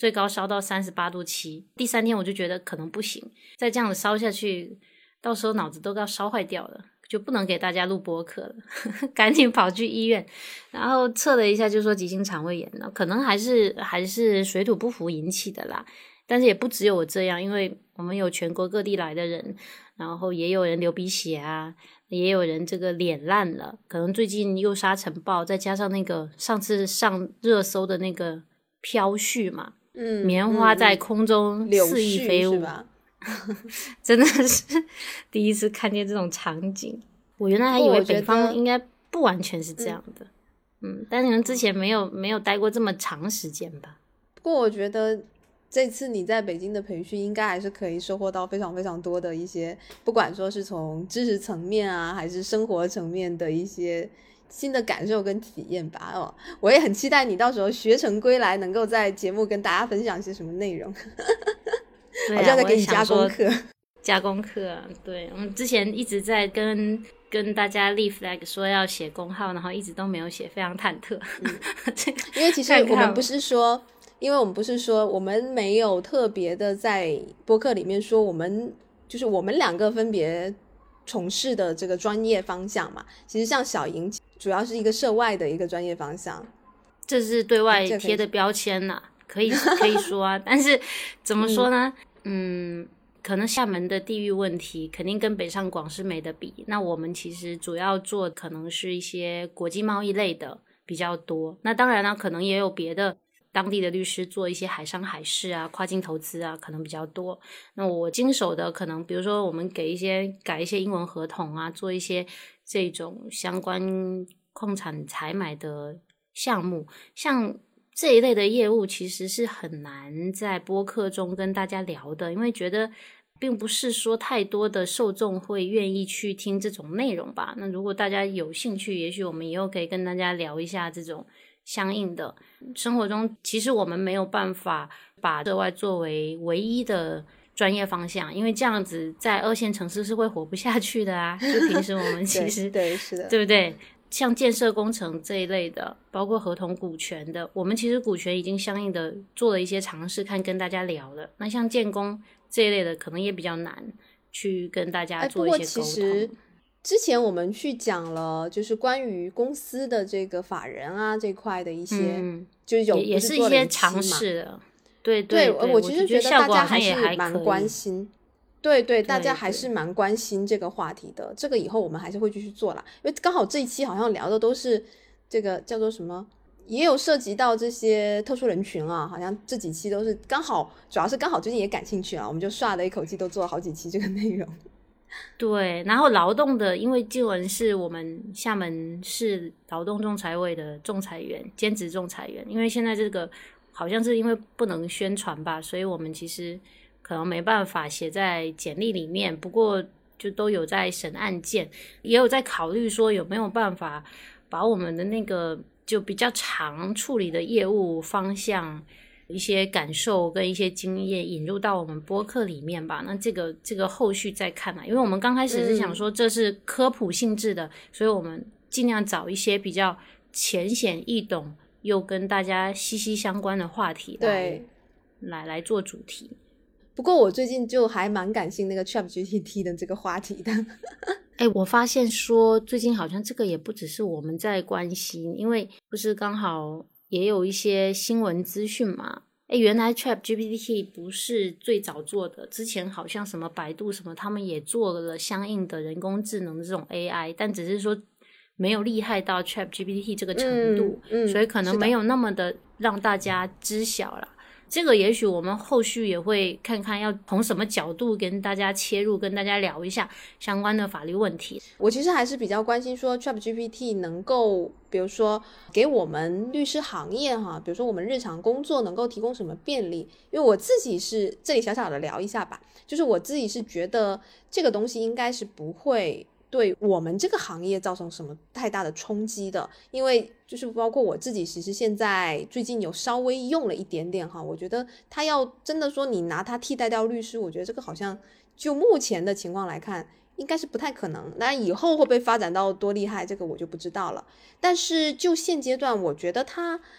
[SPEAKER 2] 最高烧到三十八度七，第三天我就觉得可能不行，再这样子烧下去，到时候脑子都要烧坏掉了，就不能给大家录播客了赶紧跑去医院，然后测了一下就说急性肠胃炎了，可能还是还是水土不服引起的啦。但是也不只有我这样，因为我们有全国各地来的人，然后也有人流鼻血啊，也有人这个脸烂了，可能最近又沙尘暴，再加上那个上次上热搜的那个飘絮嘛，
[SPEAKER 1] 嗯，
[SPEAKER 2] 棉花在空中肆意飞舞，
[SPEAKER 1] 嗯嗯、
[SPEAKER 2] 真的是第一次看见这种场景。我原来还以为北方应该不完全是这样的，嗯, 嗯，但可能之前没有没有待过这么长时间吧。
[SPEAKER 1] 不过我觉得这次你在北京的培训应该还是可以收获到非常非常多的一些，不管说是从知识层面啊还是生活层面的一些新的感受跟体验吧。哦，我也很期待你到时候学成归来能够在节目跟大家分享一些什么内容
[SPEAKER 2] 对、啊、
[SPEAKER 1] 好像在给你加功课
[SPEAKER 2] 加功课、啊、对，我们之前一直在跟跟大家立 flag 说要写公号，然后一直都没有写，非常忐忑、嗯、
[SPEAKER 1] 因为其实我们不是说因为我们不是说我们没有特别的在播客里面说我们就是我们两个分别从事的这个专业方向嘛，其实像小莹主要是一个涉外的一个专业方向，
[SPEAKER 2] 这是对外贴的标签啦、啊、可以可以说啊但是怎么说呢， 嗯, 嗯可能厦门的地域问题肯定跟北上广是没得比，那我们其实主要做可能是一些国际贸易类的比较多，那当然呢可能也有别的当地的律师做一些海商海事啊跨境投资啊可能比较多，那我经手的可能比如说我们给一些改一些英文合同啊，做一些这种相关矿产采买的项目，像这一类的业务其实是很难在播客中跟大家聊的，因为觉得并不是说太多的受众会愿意去听这种内容吧，那如果大家有兴趣，也许我们以后可以跟大家聊一下这种相应的。生活中其实我们没有办法把涉外作为唯一的专业方向，因为这样子在二线城市是会活不下去的啊就平时我们其实
[SPEAKER 1] 对, 对是的，
[SPEAKER 2] 对不对，像建设工程这一类的，包括合同股权的，我们其实股权已经相应的做了一些尝试，看跟大家聊了，那像建工这一类的可能也比较难去跟大家做一些沟通、哎、不过其实
[SPEAKER 1] 之前我们去讲了就是关于公司的这个法人啊这块的一些、嗯、就是有
[SPEAKER 2] 也是一些尝试的，对
[SPEAKER 1] 对
[SPEAKER 2] 对, 对，
[SPEAKER 1] 我其实觉得大家还是蛮关
[SPEAKER 2] 心，
[SPEAKER 1] 对对，大家还是蛮关心这个话题的，这个以后我们还是会继续做啦，因为刚好这一期好像聊的都是这个叫做什么，也有涉及到这些特殊人群啊，好像这几期都是刚好，主要是刚好最近也感兴趣啊，我们就唰的一口气都做了好几期这个内容。
[SPEAKER 2] 对，然后劳动的，因为静雯是我们厦门市劳动仲裁委的仲裁员，兼职仲裁员，因为现在这个好像是因为不能宣传吧，所以我们其实可能没办法写在简历里面，不过就都有在审案件，也有在考虑说有没有办法把我们的那个就比较常处理的业务方向一些感受跟一些经验引入到我们播客里面吧，那这个这个后续再看啊，因为我们刚开始是想说这是科普性质的、嗯、所以我们尽量找一些比较浅显易懂又跟大家息息相关的话题来
[SPEAKER 1] 对
[SPEAKER 2] 来来做主题。
[SPEAKER 1] 不过我最近就还蛮感兴那个 ChatGPT 的这个话题的
[SPEAKER 2] 哎、欸，我发现说最近好像这个也不只是我们在关心，因为不是刚好也有一些新闻资讯嘛，诶，原来 ChatGPT 不是最早做的，之前好像什么百度什么他们也做了相应的人工智能的这种 A I， 但只是说没有厉害到 ChatGPT 这个程度、嗯嗯、所以可能没有那么的让大家知晓啦。这个也许我们后续也会看看要从什么角度跟大家切入，跟大家聊一下相关的法律问题。
[SPEAKER 1] 我其实还是比较关心说 ChatGPT 能够比如说给我们律师行业哈，比如说我们日常工作能够提供什么便利，因为我自己是这里小小的聊一下吧，就是我自己是觉得这个东西应该是不会对我们这个行业造成什么太大的冲击的，因为就是包括我自己其实现在最近有稍微用了一点点哈，我觉得它要真的说你拿它替代掉律师，我觉得这个好像就目前的情况来看应该是不太可能，那以后会不会发展到多厉害这个我就不知道了，但是就现阶段我觉得它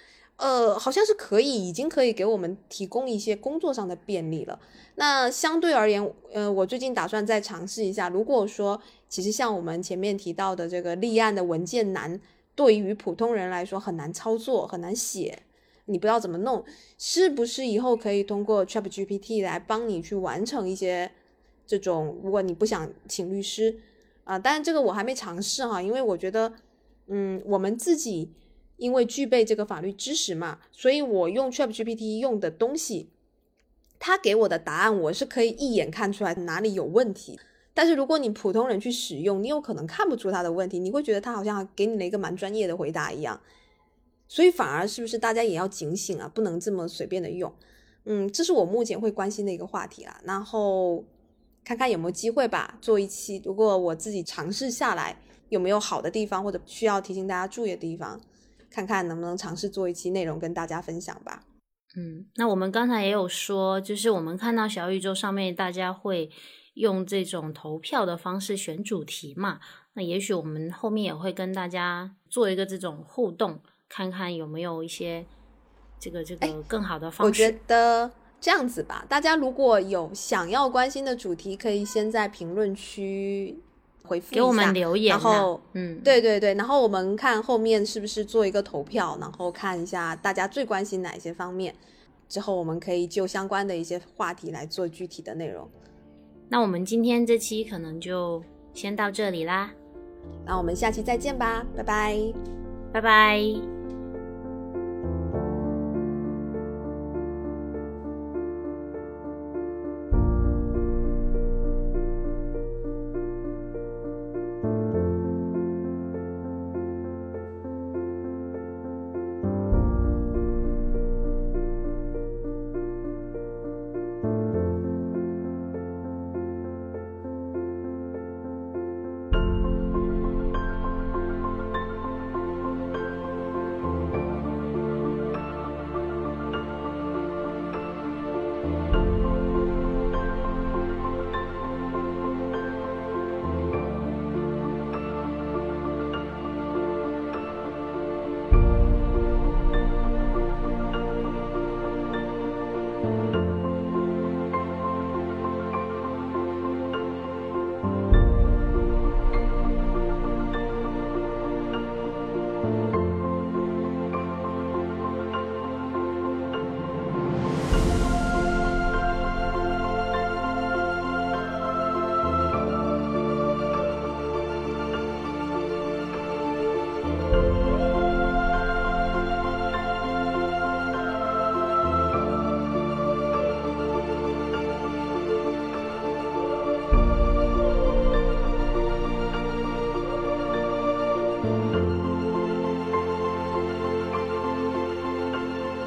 [SPEAKER 1] 呃，好像是可以，已经可以给我们提供一些工作上的便利了。那相对而言，呃，我最近打算再尝试一下，如果说其实像我们前面提到的这个立案的文件难，对于普通人来说很难操作，很难写，你不知道怎么弄，是不是以后可以通过 ChatGPT 来帮你去完成一些这种，如果你不想请律师啊、呃，当然这个我还没尝试哈，因为我觉得嗯，我们自己因为具备这个法律知识嘛，所以我用 ChatGPT 用的东西，他给我的答案我是可以一眼看出来哪里有问题。但是如果你普通人去使用，你有可能看不出他的问题，你会觉得他好像给你了一个蛮专业的回答一样。所以反而是不是大家也要警醒啊，不能这么随便的用。嗯，这是我目前会关心的一个话题啦。然后看看有没有机会吧，做一期，如果我自己尝试下来有没有好的地方或者需要提醒大家注意的地方，看看能不能尝试做一期内容跟大家分享吧。
[SPEAKER 2] 嗯，那我们刚才也有说，就是我们看到小宇宙上面大家会用这种投票的方式选主题嘛，那也许我们后面也会跟大家做一个这种互动，看看有没有一些这个这个更好的方式。
[SPEAKER 1] 我觉得这样子吧，大家如果有想要关心的主题，可以先在评论区回复一下，
[SPEAKER 2] 给我们留言、啊、
[SPEAKER 1] 然后
[SPEAKER 2] 嗯，
[SPEAKER 1] 对对对，然后我们看后面是不是做一个投票，然后看一下大家最关心哪一些方面，之后我们可以就相关的一些话题来做具体的内容。
[SPEAKER 2] 那我们今天这期可能就先到这里啦，
[SPEAKER 1] 那我们下期再见吧，拜拜，
[SPEAKER 2] 拜拜。